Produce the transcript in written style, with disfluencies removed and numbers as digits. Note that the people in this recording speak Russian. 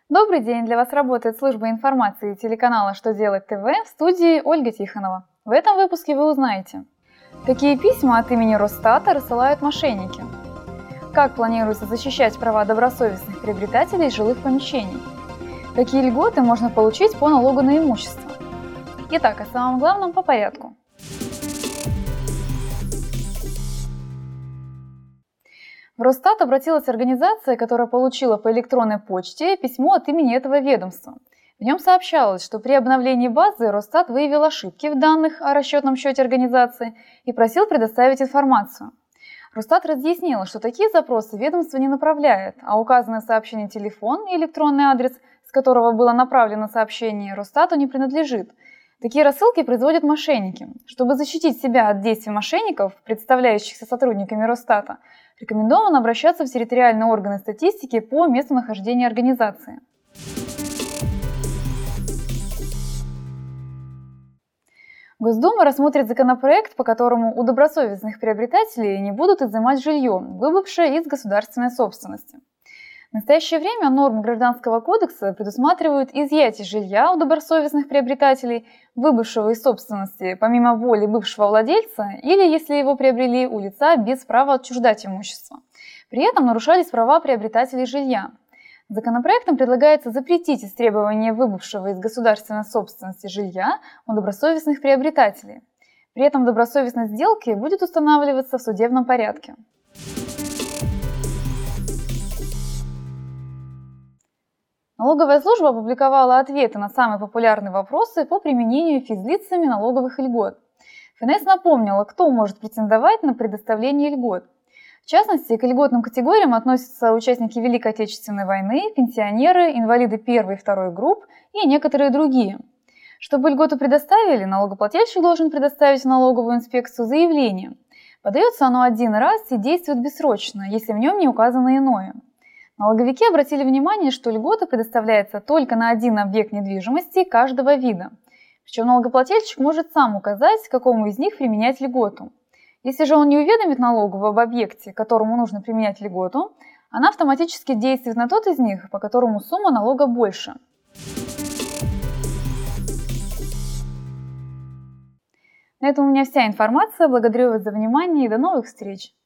Добрый день! Для вас работает служба информации телеканала «Что делать ТВ», в студии Ольга Тихонова. В этом выпуске вы узнаете, какие письма от имени Росстата рассылают мошенники, как планируется защищать права добросовестных приобретателей жилых помещений, какие льготы можно получить по налогу на имущество. Итак, о самом главном по порядку. В Росстат обратилась организация, которая получила по электронной почте письмо от имени этого ведомства. В нем сообщалось, что при обновлении базы Росстат выявил ошибки в данных о расчетном счете организации и просил предоставить информацию. Росстат разъяснила, что такие запросы ведомство не направляет, а указанный в сообщении телефон и электронный адрес, с которого было направлено сообщение, Росстату не принадлежит. Такие рассылки производят мошенники. Чтобы защитить себя от действий мошенников, представляющихся сотрудниками Росстата, рекомендовано обращаться в территориальные органы статистики по месту нахождения организации. Госдума рассмотрит законопроект, по которому у добросовестных приобретателей не будут изымать жилье, выбывшее из государственной собственности. В настоящее время нормы Гражданского кодекса предусматривают изъятие жилья у добросовестных приобретателей, выбывшего из собственности помимо воли бывшего владельца, или если его приобрели у лица без права отчуждать имущество. При этом нарушались права приобретателей жилья. Законопроектом предлагается запретить истребование выбывшего из государственной собственности жилья у добросовестных приобретателей. При этом добросовестность сделки будет устанавливаться в судебном порядке. Налоговая служба опубликовала ответы на самые популярные вопросы по применению физлицами налоговых льгот. ФНС напомнила, кто может претендовать на предоставление льгот. В частности, к льготным категориям относятся участники Великой Отечественной войны, пенсионеры, инвалиды первой и второй групп и некоторые другие. Чтобы льготу предоставили, налогоплательщик должен предоставить в налоговую инспекцию заявление. Подается оно один раз и действует бессрочно, если в нем не указано иное. Налоговики обратили внимание, что льгота предоставляется только на один объект недвижимости каждого вида. Причем налогоплательщик может сам указать, к какому из них применять льготу. Если же он не уведомит налоговую об объекте, которому нужно применять льготу, она автоматически действует на тот из них, по которому сумма налога больше. На этом у меня вся информация. Благодарю вас за внимание и до новых встреч!